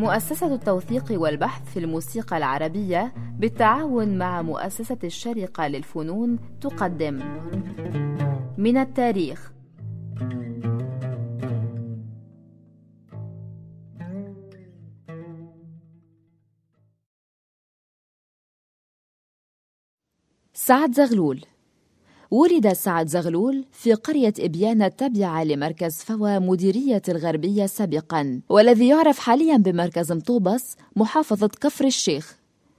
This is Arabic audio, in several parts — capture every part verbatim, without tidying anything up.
مؤسسة التوثيق والبحث في الموسيقى العربية بالتعاون مع مؤسسة الشارقة للفنون تقدم من التاريخ. سعد زغلول. ولد سعد زغلول في قرية إبيان التابعة لمركز فوا مديرية الغربية سابقاً، والذي يعرف حالياً بمركز مطوبس محافظة كفر الشيخ.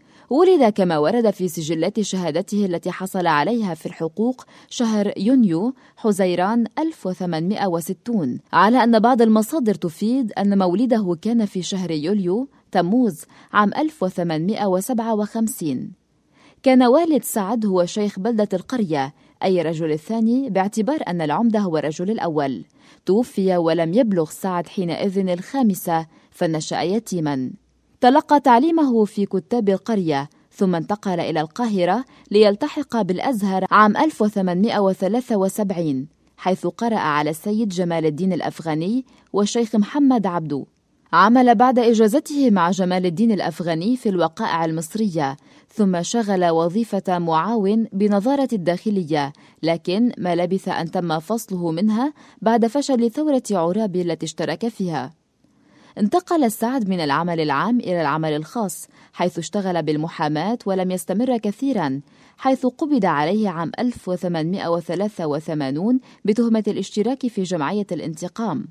ولد كما ورد في سجلات شهادته التي حصل عليها في الحقوق شهر يونيو حزيران ألف وثمانمائة وستين، على أن بعض المصادر تفيد أن مولده كان في شهر يوليو تموز عام ألف وثمانمائة وسبعة وخمسين. كان والد سعد هو شيخ بلدة القرية، أي رجل الثاني، باعتبار أن العمدة هو الرجل الأول. توفي ولم يبلغ سعد حينئذ الخامسة، فنشأ يتيما. تلقى تعليمه في كتاب القرية، ثم انتقل إلى القاهرة ليلتحق بالأزهر عام ألف وثمانمائة وثلاثة وسبعين، حيث قرأ على السيد جمال الدين الأفغاني والشيخ محمد عبدو. عمل بعد إجازته مع جمال الدين الأفغاني في الوقائع المصرية، ثم شغل وظيفة معاون بنظارة الداخلية، لكن ما لبث أن تم فصله منها بعد فشل ثورة عرابي التي اشترك فيها. انتقل سعد من العمل العام إلى العمل الخاص، حيث اشتغل بالمحاماة ولم يستمر كثيرا، حيث قبض عليه عام ألف وثمانمائة وثلاثة وثمانين بتهمة الاشتراك في جمعية الانتقام.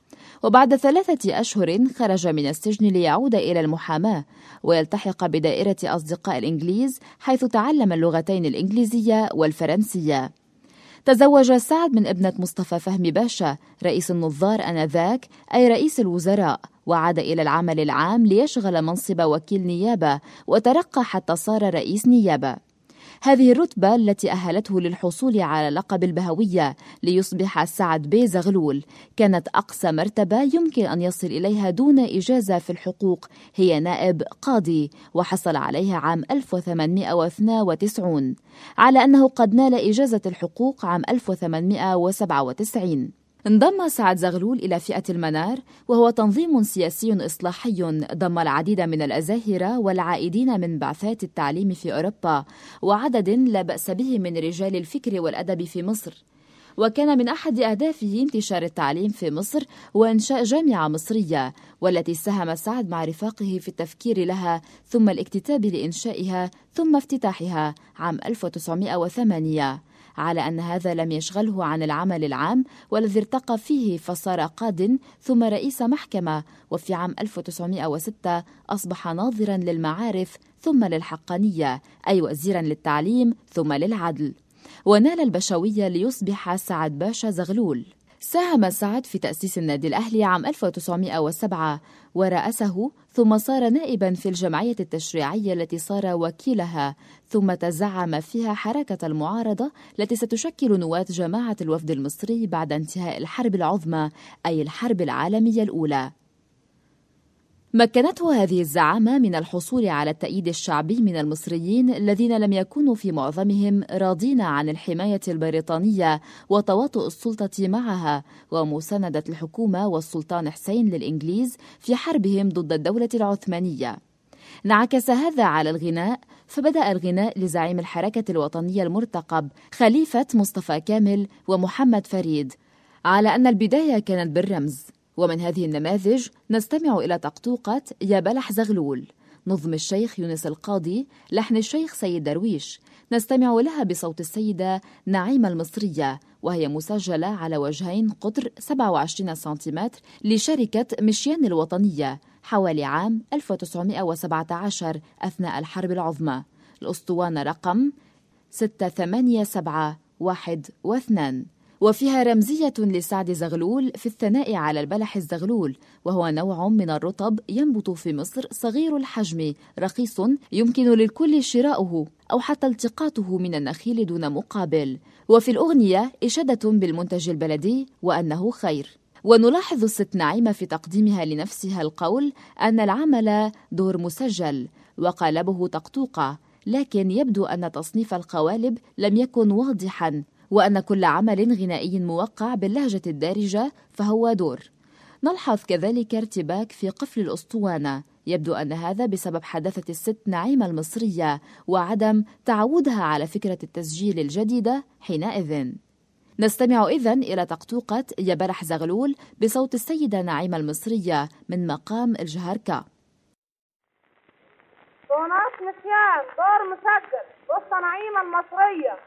وبعد ثلاثة أشهر خرج من السجن ليعود إلى المحاماة ويلتحق بدائرة أصدقاء الإنجليز، حيث تعلم اللغتين الإنجليزية والفرنسية. تزوج سعد من ابنة مصطفى فهمي باشا رئيس النظار آنذاك، أي رئيس الوزراء، وعاد إلى العمل العام ليشغل منصب وكيل نيابة، وترقى حتى صار رئيس نيابة. هذه الرتبة التي أهلته للحصول على لقب البهوية ليصبح سعد بي زغلول كانت أقصى مرتبة يمكن أن يصل إليها دون إجازة في الحقوق، هي نائب قاضي، وحصل عليها عام ألف وثمانمائة واثنين وتسعين، على أنه قد نال إجازة الحقوق عام ألف وثمانمائة وسبعة وتسعين. انضم سعد زغلول إلى فئة المنار، وهو تنظيم سياسي إصلاحي ضم العديد من الأزاهرة والعائدين من بعثات التعليم في أوروبا، وعدد لا بأس به من رجال الفكر والأدب في مصر. وكان من أحد أهدافه انتشار التعليم في مصر وإنشاء جامعة مصرية، والتي ساهم سعد مع رفاقه في التفكير لها، ثم الاكتتاب لإنشائها، ثم افتتاحها عام ألف وتسعمائة وثمانية، على أن هذا لم يشغله عن العمل العام والذي ارتقى فيه، فصار قاضٍ ثم رئيس محكمة، وفي عام ألف وتسعمائة وستة أصبح ناظرا للمعارف ثم للحقانية، أي وزيرا للتعليم ثم للعدل، ونال البشوية ليصبح سعد باشا زغلول. ساهم سعد في تأسيس النادي الأهلي عام ألف وتسعمائة وسبعة ورأسه، ثم صار نائبا في الجمعية التشريعية التي صار وكيلها، ثم تزعم فيها حركة المعارضة التي ستشكل نواة جماعة الوفد المصري بعد انتهاء الحرب العظمى، أي الحرب العالمية الأولى. مكنته هذه الزعامة من الحصول على التأييد الشعبي من المصريين الذين لم يكونوا في معظمهم راضين عن الحماية البريطانية وتواطؤ السلطة معها، ومساندة الحكومة والسلطان حسين للإنجليز في حربهم ضد الدولة العثمانية. انعكس هذا على الغناء، فبدأ الغناء لزعيم الحركة الوطنية المرتقب خليفة مصطفى كامل ومحمد فريد، على أن البداية كانت بالرمز. ومن هذه النماذج نستمع إلى طقطوقة يا بلح زغلول، نظم الشيخ يونس القاضي، لحن الشيخ سيد درويش. نستمع لها بصوت السيدة نعيمة المصرية، وهي مسجلة على وجهين قطر سبعة وعشرين سنتيمتر لشركة مشيان الوطنية حوالي عام ألف وتسعمائة وسبعة عشر أثناء الحرب العظمى. الأسطوانة رقم ستة ثمانية سبعة واحد واثنان، وفيها رمزية لسعد زغلول في الثناء على البلح الزغلول، وهو نوع من الرطب ينبت في مصر صغير الحجم رخيص يمكن للكل شراؤه أو حتى التقاطه من النخيل دون مقابل. وفي الأغنية إشادة بالمنتج البلدي وأنه خير. ونلاحظ الست نعيمة في تقديمها لنفسها القول أن العمل دور مسجل وقالبه طقطوقة، لكن يبدو أن تصنيف القوالب لم يكن واضحا، وأن كل عمل غنائي موقع باللهجة الدارجة فهو دور. نلحظ كذلك ارتباك في قفل الأسطوانة، يبدو أن هذا بسبب حداثة الست نعيمة المصرية وعدم تعودها على فكرة التسجيل الجديدة حينئذ. نستمع إذن إلى طقطوقة يا بلح زغلول بصوت السيدة نعيمة المصرية من مقام الجهركة. صونات نسيان دور مسجل وسط نعيمة المصرية.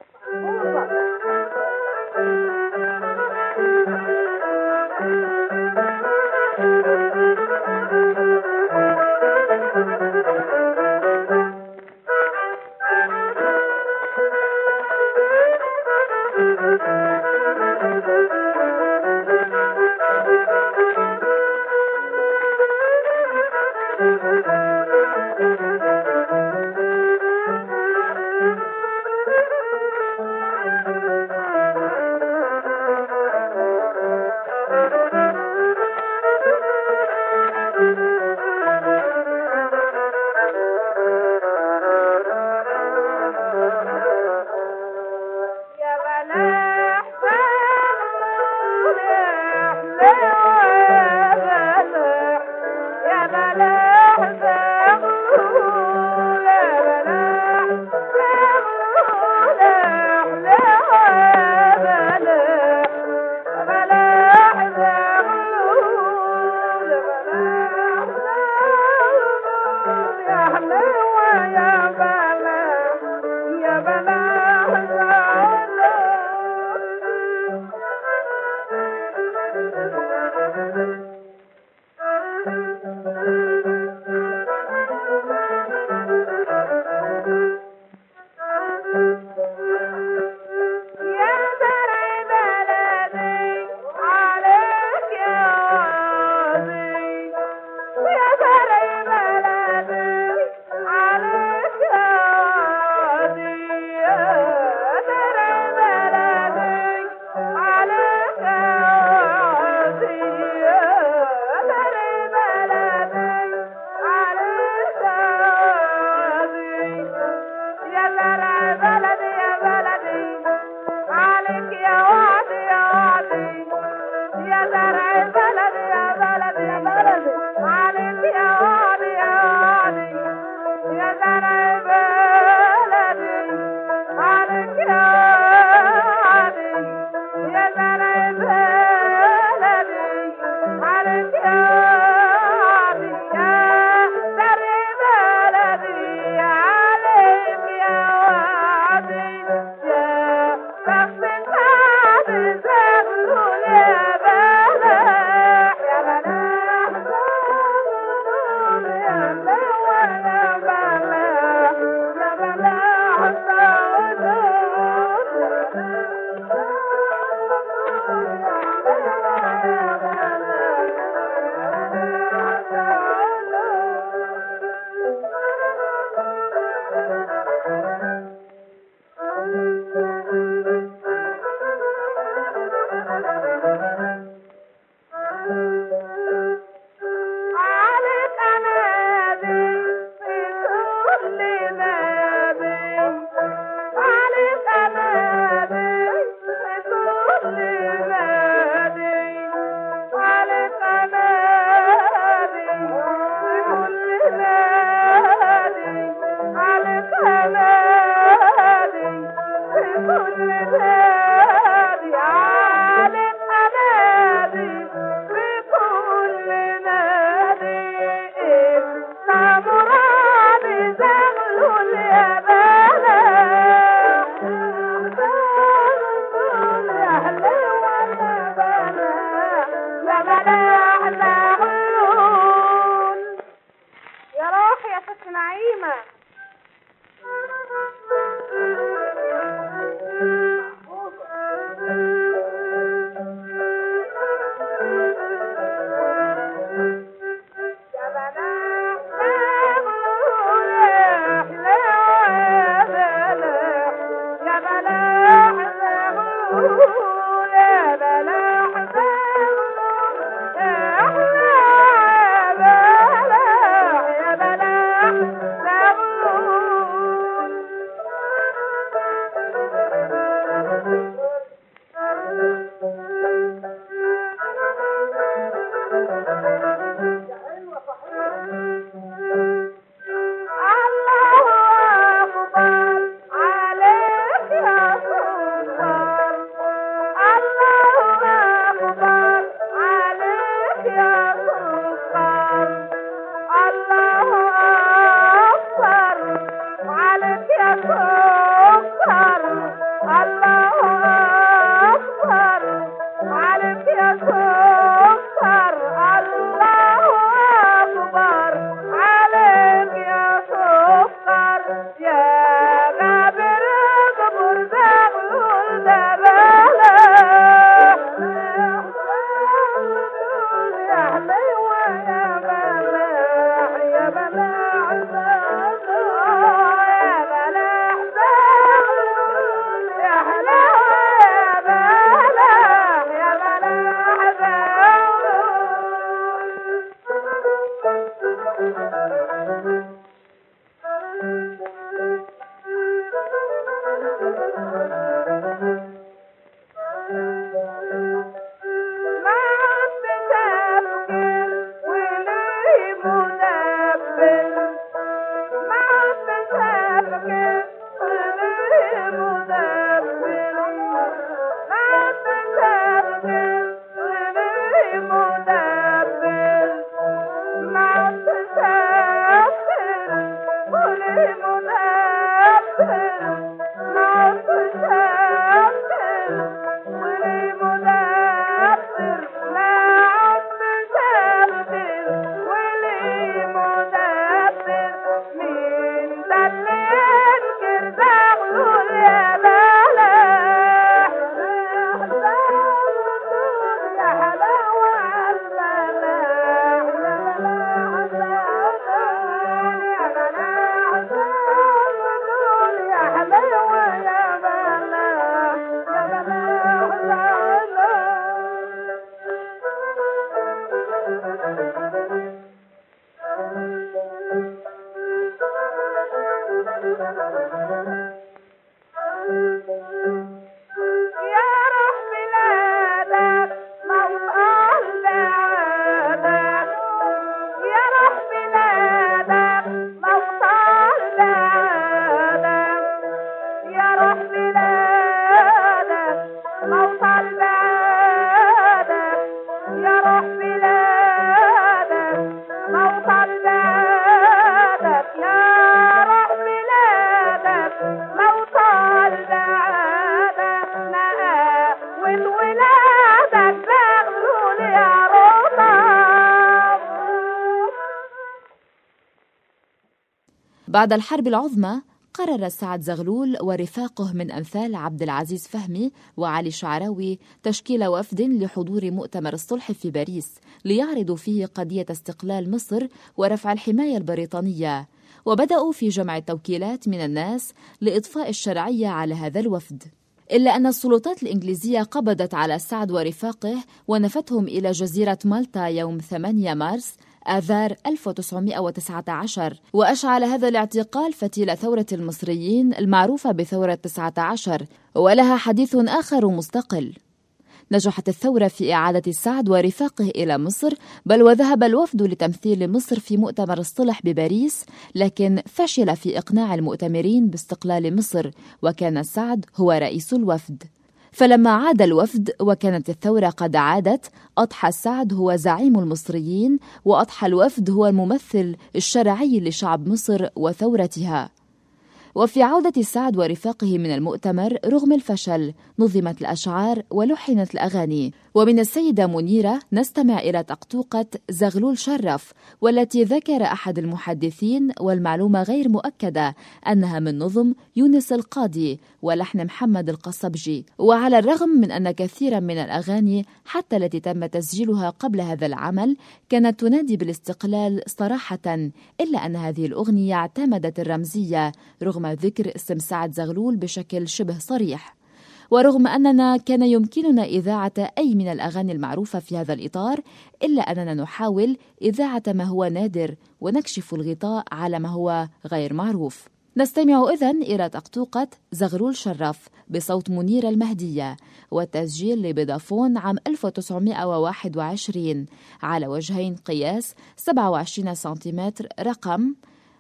بعد الحرب العظمى قرر سعد زغلول ورفاقه من أمثال عبد العزيز فهمي وعلي شعراوي تشكيل وفد لحضور مؤتمر الصلح في باريس ليعرضوا فيه قضية استقلال مصر ورفع الحماية البريطانية، وبدأوا في جمع التوكيلات من الناس لإضفاء الشرعية على هذا الوفد. إلا أن السلطات الإنجليزية قبضت على سعد ورفاقه ونفتهم إلى جزيرة مالطا يوم ثمانية مارس آذار ألف وتسعمائة وتسعة عشر، وأشعل هذا الاعتقال فتيل ثورة المصريين المعروفة بثورة تسعة عشر، ولها حديث آخر مستقل. نجحت الثورة في إعادة سعد ورفاقه إلى مصر، بل وذهب الوفد لتمثيل مصر في مؤتمر الصلح بباريس، لكن فشل في إقناع المؤتمرين باستقلال مصر، وكان سعد هو رئيس الوفد. فلما عاد الوفد وكانت الثورة قد عادت، أضحى سعد هو زعيم المصريين، وأضحى الوفد هو الممثل الشرعي لشعب مصر وثورتها. وفي عودة سعد ورفاقه من المؤتمر رغم الفشل نظمت الأشعار ولحنت الأغاني، ومن السيدة منيرة نستمع إلى طقطوقة زغلول شرف، والتي ذكر أحد المحدثين والمعلومة غير مؤكدة أنها من نظم يونس القاضي ولحن محمد القصبجي. وعلى الرغم من أن كثيرا من الأغاني حتى التي تم تسجيلها قبل هذا العمل كانت تنادي بالاستقلال صراحة، إلا أن هذه الأغنية اعتمدت الرمزية رغم ذكر اسم سعد زغلول بشكل شبه صريح. ورغم أننا كان يمكننا إذاعة أي من الأغاني المعروفة في هذا الإطار، إلا أننا نحاول إذاعة ما هو نادر ونكشف الغطاء على ما هو غير معروف. نستمع إذن إلى طقطوقة زغلول شرف بصوت منيرة المهدية، والتسجيل لبيدافون عام ألف وتسعمائة وواحد وعشرين على وجهين قياس سبعة وعشرين سنتيمتر، رقم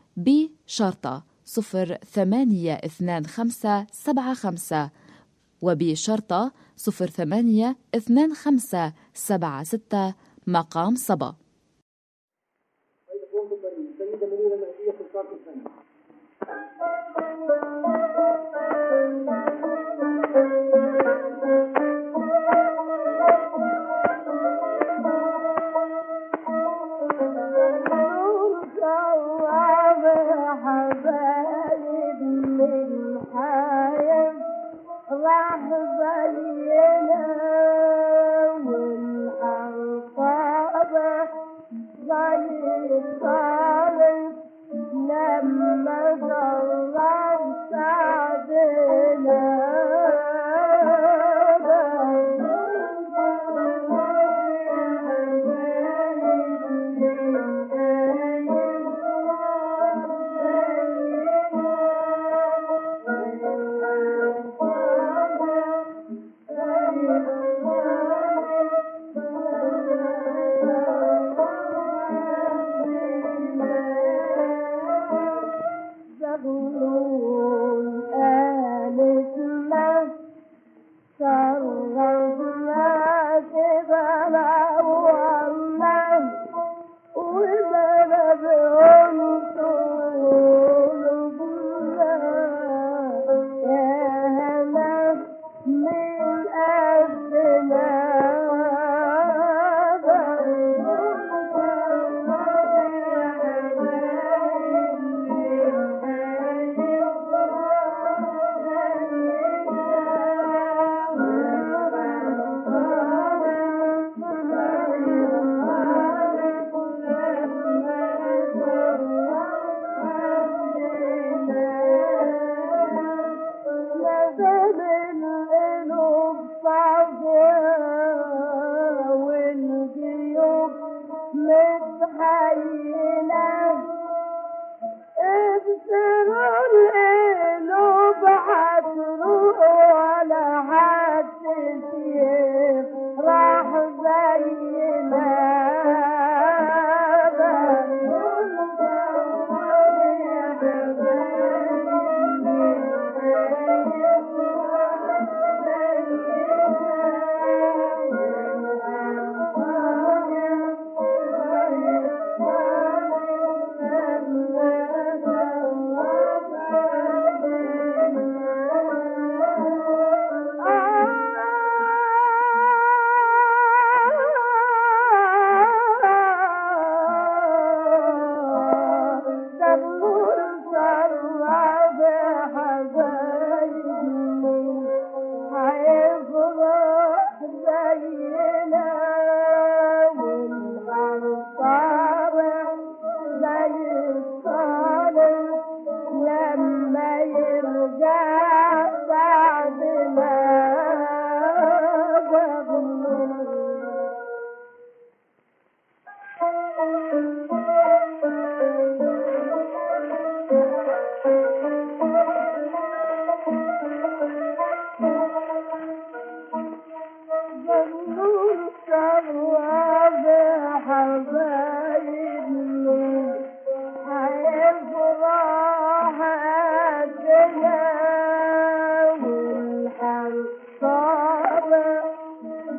بشرطة صفر ثمانية اثنان خمسة سبعة خمسة وبشرطة صفر ثمانية اثنان خمسة سبعة ستة مقام صبا.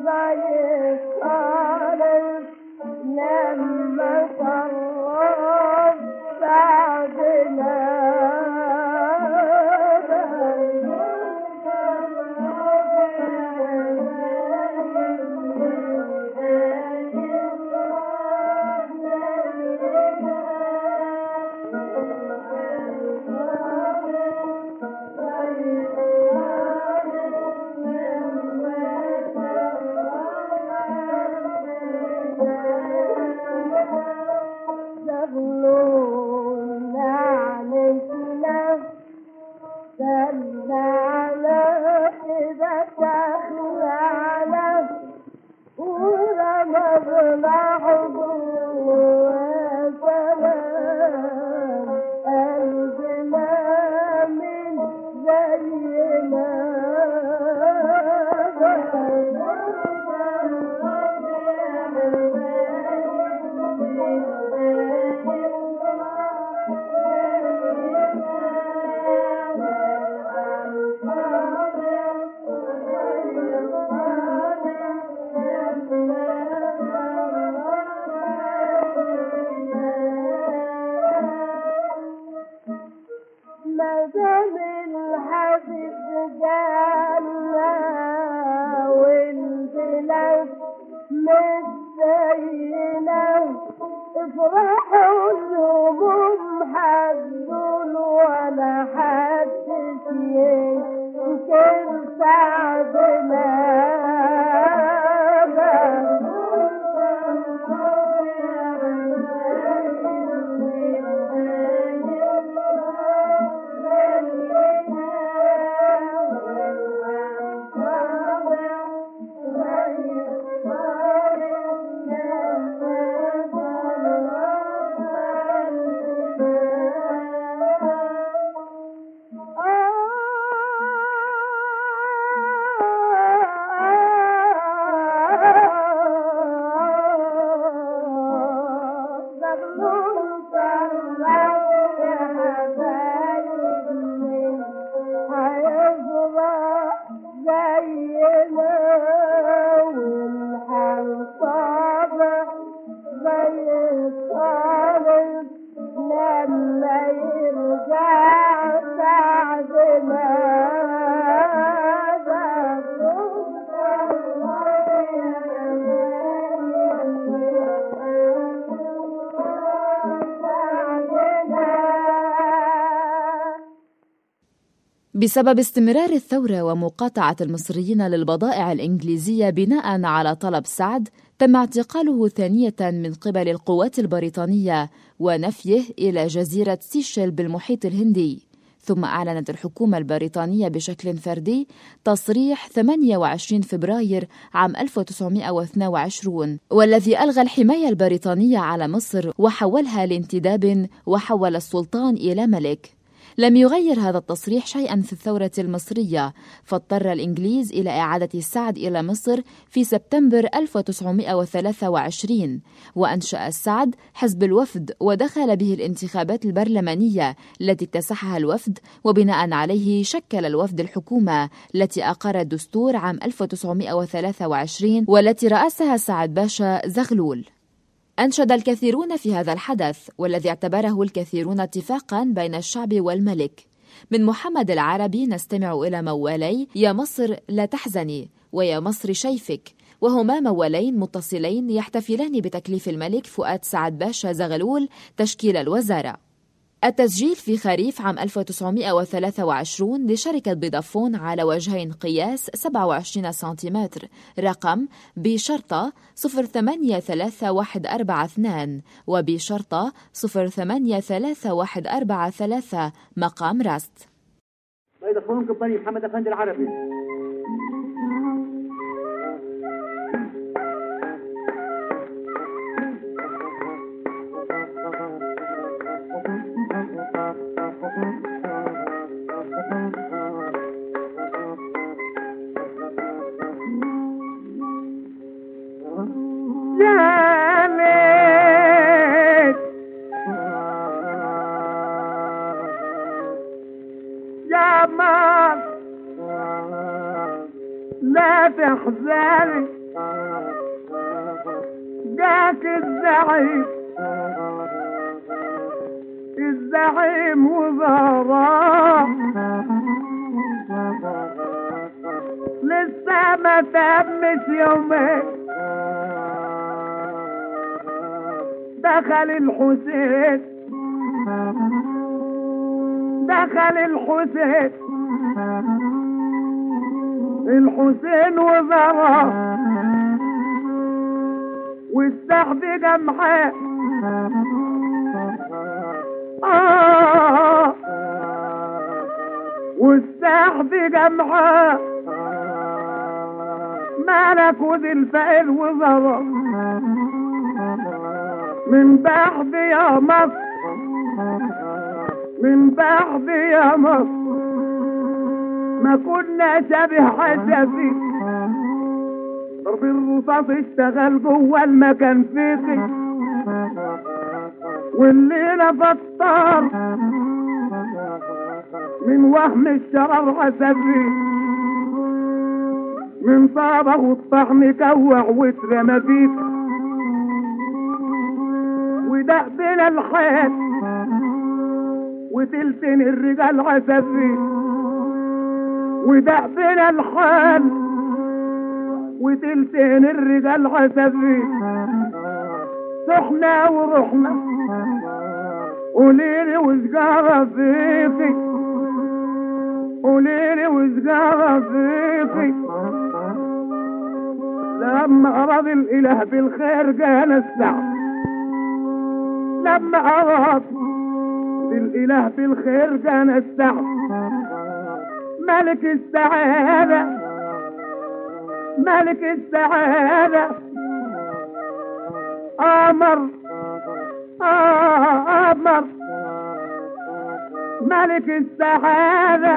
بسبب استمرار الثورة ومقاطعة المصريين للبضائع الإنجليزية بناء على طلب سعد، تم اعتقاله ثانية من قبل القوات البريطانية ونفيه إلى جزيرة سيشيل بالمحيط الهندي. ثم أعلنت الحكومة البريطانية بشكل فردي تصريح ثمانية وعشرين فبراير عام ألف وتسعمائة واثنين وعشرين، والذي ألغى الحماية البريطانية على مصر وحولها لانتداب وحول السلطان إلى ملك. لم يغير هذا التصريح شيئا في الثورة المصرية، فاضطر الإنجليز إلى إعادة سعد إلى مصر في سبتمبر ألف وتسعمائة وثلاثة وعشرين، وأنشأ سعد حزب الوفد ودخل به الانتخابات البرلمانية التي اكتسحها الوفد، وبناء عليه شكل الوفد الحكومة التي أقر الدستور عام ألف وتسعمائة وثلاثة وعشرين والتي رأسها سعد باشا زغلول. أنشد الكثيرون في هذا الحدث، والذي اعتبره الكثيرون اتفاقا بين الشعب والملك. من محمد العربي نستمع إلى موالي يا مصر لا تحزني ويا مصر شيفك، وهما موالين متصلين يحتفلان بتكليف الملك فؤاد سعد باشا زغلول تشكيل الوزارة. التسجيل في خريف عام ألف وتسعمائة وثلاثة وعشرين لشركة فودافون على وجهين قياس سبعة وعشرين سنتيمتر، رقم بشرطة صفر ثمانية ثلاثة واحد أربعة اثنين وبشرطة صفر ثمانية ثلاثة واحد أربعة ثلاثة، مقام راست. فودافون كمباني محمد أفندي العربي. لا تحزني جاك الزعيم الزعيم وزارة لسه ما تمش يومين دخل الحسين دخل الحسين الحسين وزارة والسحب جمحاء آه والسحب جمحاء مالك وذي الفقر وزارة من بعد يا مصر من بعد يا مصر ما كنا شبه حسفي ضرب الرصاص اشتغل جوه المكان فيكي والليلة فطار من وهم الشرر حسفي من طابه والطحن كوع واترمى فيك ودق بين الحيط وتلتين الرجال حسفي ودق بين الحال وتلتين الرجال حسفي سحنا ورحنا قوليلي وسجارة فيكي قوليلي وسجارة فيكي لما أراد الإله بالخير جانا السعد لما أراد الإله بالخير جانا السعد ملك السعادة ملك السعادة أمر آه أمر ملك السعادة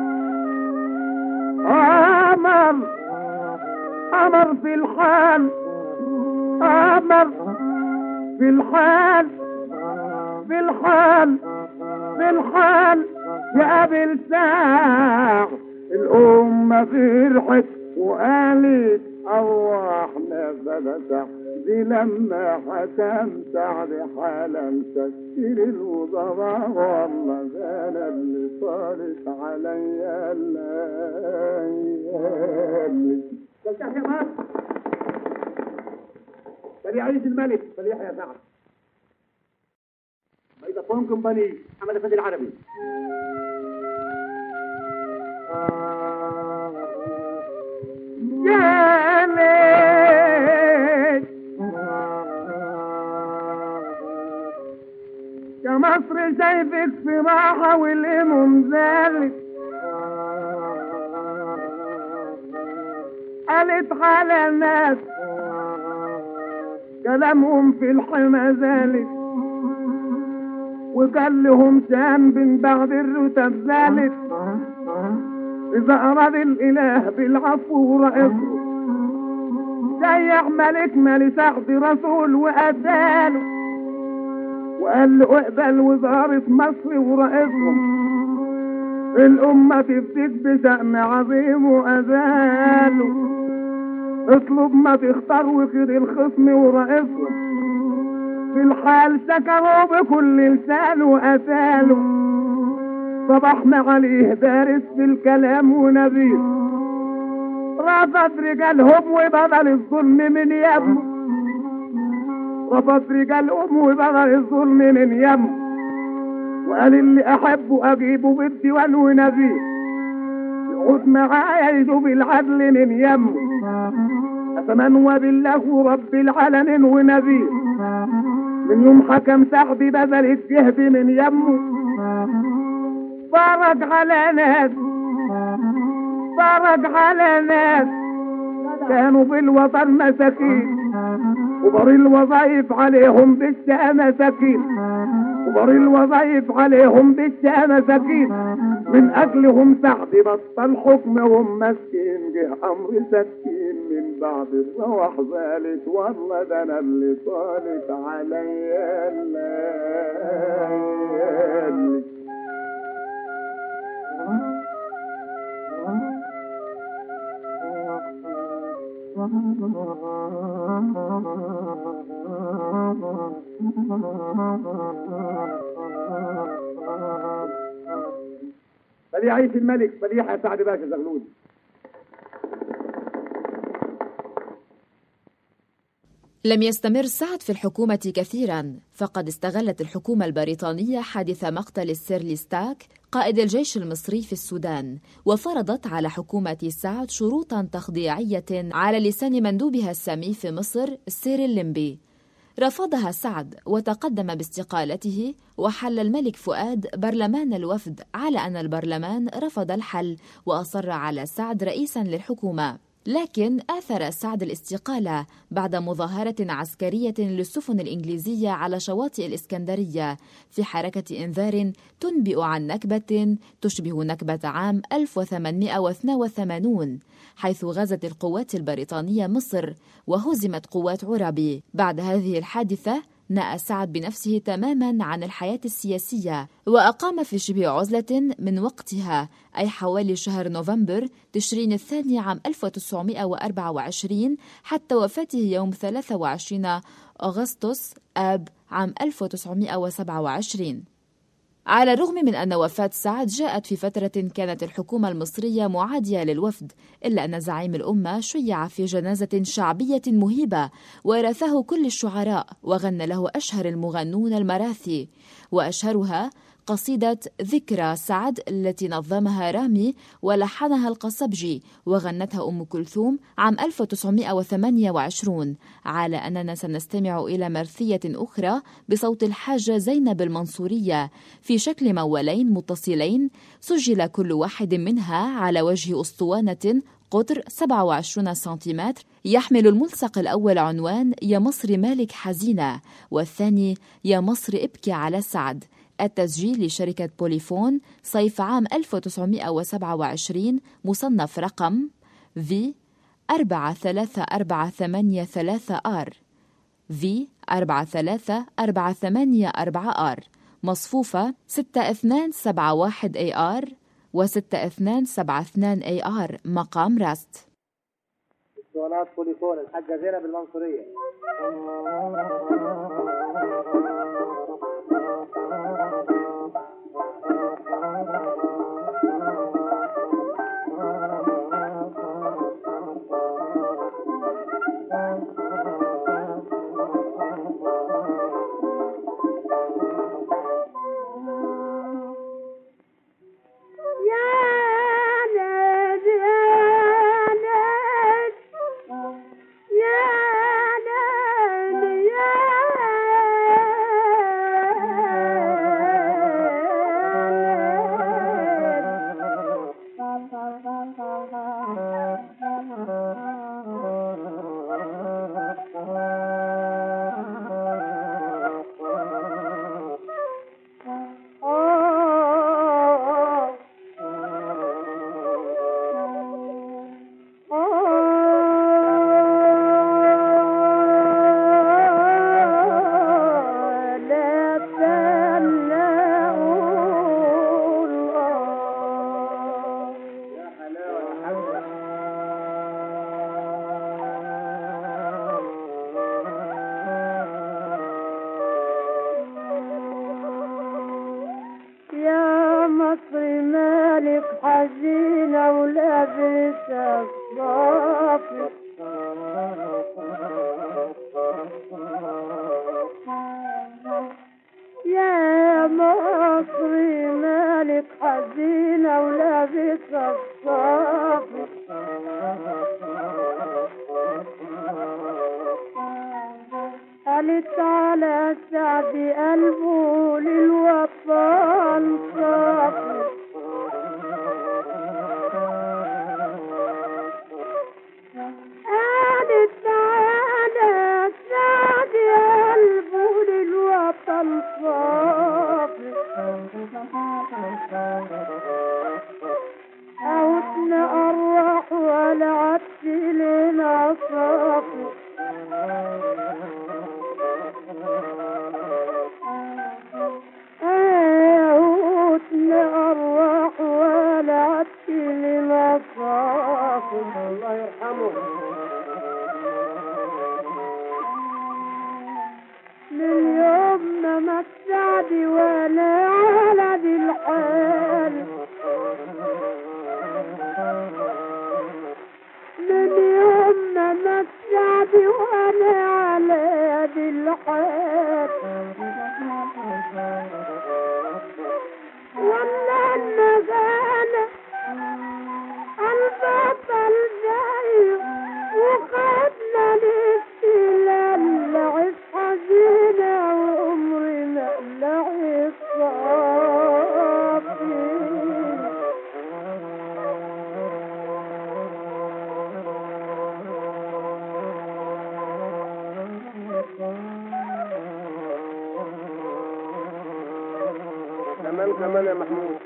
أمر أمر في الحال أمر في الحال في الحال في الحال يا أبي الساع الأمة فرحت وقالت أرواحنا فلسع دي لما حكم سعد حالا تسكير الوزراء والله أنا اللي صارت عليا الليالي تفتح يا مصر فليعيش الملك فليحيى سعد فودافون كومباني محمد أفندي العربي. يا ليل يا مصر شايفك في راحة والهموم زالت قالت على الناس كلامهم في الحمى زالت وقال لهم شام من بعد الرتب زالت إذا أراد الإله بالعفو ورأسه سيح ملك مالي سعد رسول وأداله وقال له اقبل وزارة مصر ورئيسهم الأمة تفتك بشأن عظيم وأذاله اطلب ما تختار وخير الخصم ورئيسهم في الحال سكروا بكل لسان وأثاله صبحنا عليه دارس في الكلام ونبيه رفض رجالهم وبدل الظلم من يمه رفض رجالهم وبدل الظلم من يمه وقال اللي أحبه أجيبه بالديوان ونبيه يقعد معايا يجوب العدل من يمه أتمنى بالله رب العالمين ونبيه من يوم حكم سعد بدل الجهد من يمه فرج على ناس فرج على ناس كانوا بالوطن مساكين وبر الوظائف عليهم بالشقة مساكين وبر الوظائف عليهم بالشقة مساكين من أجلهم سعد بطل حكمهم مسكين جه أمر سكين من بعد الروح زالت والله ده أنا اللي صالت عليا الليالي فليعيش الملك. فليح يا سعد باشا زغلول. لم يستمر سعد في الحكومة كثيرا، فقد استغلت الحكومة البريطانية حادث مقتل السير ستاك قائد الجيش المصري في السودان، وفرضت على حكومة سعد شروطا تخضيعية على لسان مندوبها السامي في مصر السير الليمبي. رفضها سعد وتقدم باستقالته، وحل الملك فؤاد برلمان الوفد على أن البرلمان رفض الحل وأصر على سعد رئيسا للحكومة. لكن آثر سعد الاستقالة بعد مظاهرة عسكرية للسفن الإنجليزية على شواطئ الإسكندرية في حركة إنذار تنبئ عن نكبة تشبه نكبة عام ألف وثمانمائة واثنين وثمانين، حيث غزت القوات البريطانية مصر وهزمت قوات عرابي. بعد هذه الحادثة نأى سعد بنفسه تماما عن الحياة السياسية، وأقام في شبه عزلة من وقتها، أي حوالي شهر نوفمبر تشرين الثاني عام ألف وتسعمائة وأربعة وعشرين حتى وفاته يوم ثلاثة وعشرين أغسطس آب عام ألف وتسعمائة وسبعة وعشرين. على الرغم من أن وفاة سعد جاءت في فترة كانت الحكومة المصرية معادية للوفد، إلا أن زعيم الأمة شيع في جنازة شعبية مهيبة ورثه كل الشعراء، وغنى له أشهر المغنون المراثي، وأشهرها قصيدة ذكرى سعد التي نظمها رامي ولحنها القصبجي وغنتها أم كلثوم عام ألف وتسعمائة وثمانية وعشرين. على أننا سنستمع إلى مرثية أخرى بصوت الحاجة زينب المنصورية في شكل مولين متصلين، سجل كل واحد منها على وجه أسطوانة قطر سبعة وعشرين سنتيمتر، يحمل الملصق الأول عنوان يا مصر مالك حزينة، والثاني يا مصر ابكي على سعد. التسجيل لشركة بوليفون صيف عام ألف وتسعمائة وسبعة وعشرين، مصنف رقم في أربعة ثلاثة أربعة ثمانية ثلاثة آر في أربعة ثلاثة أربعة ثمانية أربعة آر، مصفوفة ستة اثنين سبعة واحد اي آر وستة اثنين سبعة اثنين اي آر، مقام راست. اسطوانات بوليفون الحاجة زينب المنصورية. قالت على سعد قلبه للوطن صافي، قالت على سعد قلبه للوطن صافي، عودنا أروح ولا عدت لنا صافي، ما السعد وانا على ذي الحال من يوم ما السعد وانا على ذي الحال والله النغالة البطل جاي وخدنا الاستلال لعب حزينة وعمرنا لعب صافي كمان كمان يا محمود.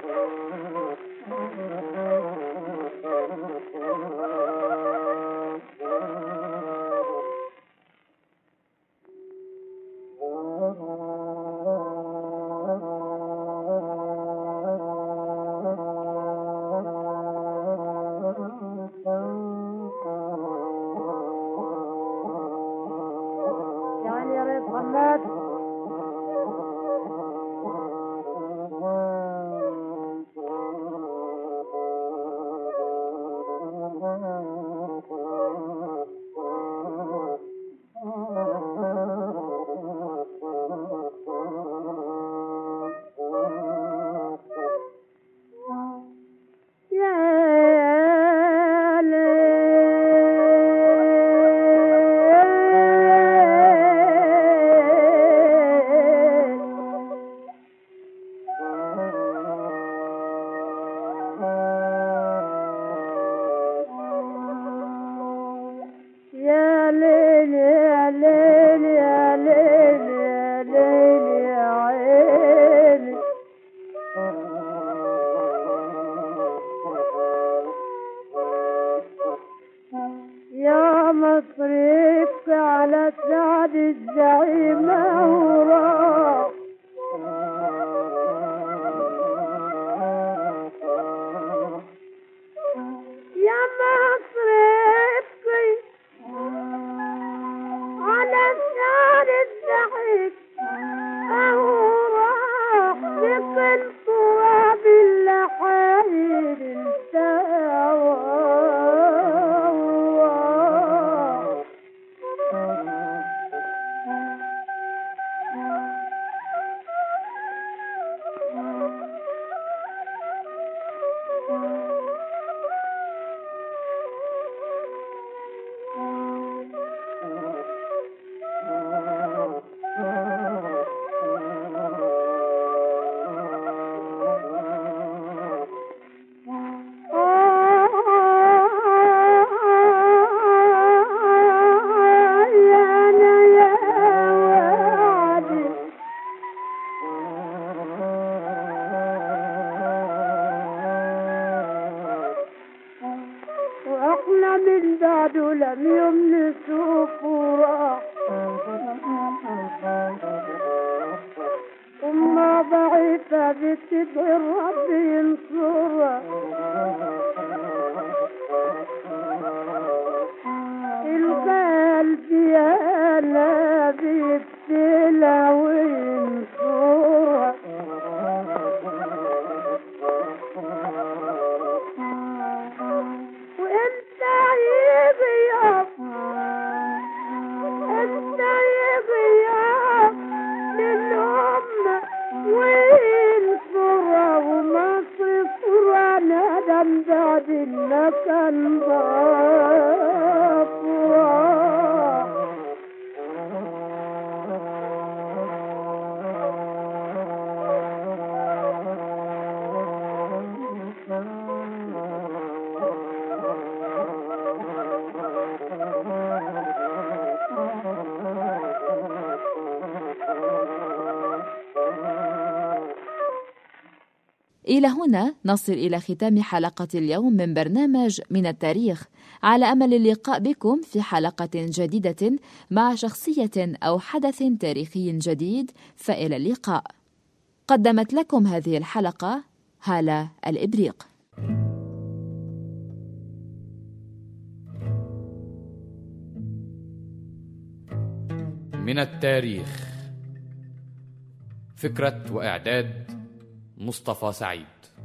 يعني يا ريت غنات يا ليل يا ليل يا ليل يا ليل يا عيني يا مصرف على سعد الزعيم وراء يا مصرفي على سعد الزعيم أوراق بكل صواب اللحايل التوى وأحلى من بعد لم يملسوا فراق أمة ضعيفة بتدعي الرب ينصرها القلب يا نبي ابتلى وينصرها وانت يغيب انت يغيب للأمة وينصرها ومصر صرها ندم بعد المكان ضافها إلى هنا نصل إلى ختام حلقة اليوم من برنامج من التاريخ، على أمل اللقاء بكم في حلقة جديدة مع شخصية أو حدث تاريخي جديد، فإلى اللقاء. قدمت لكم هذه الحلقة هالة الإبريق. من التاريخ فكرة وإعداد مصطفى سعيد.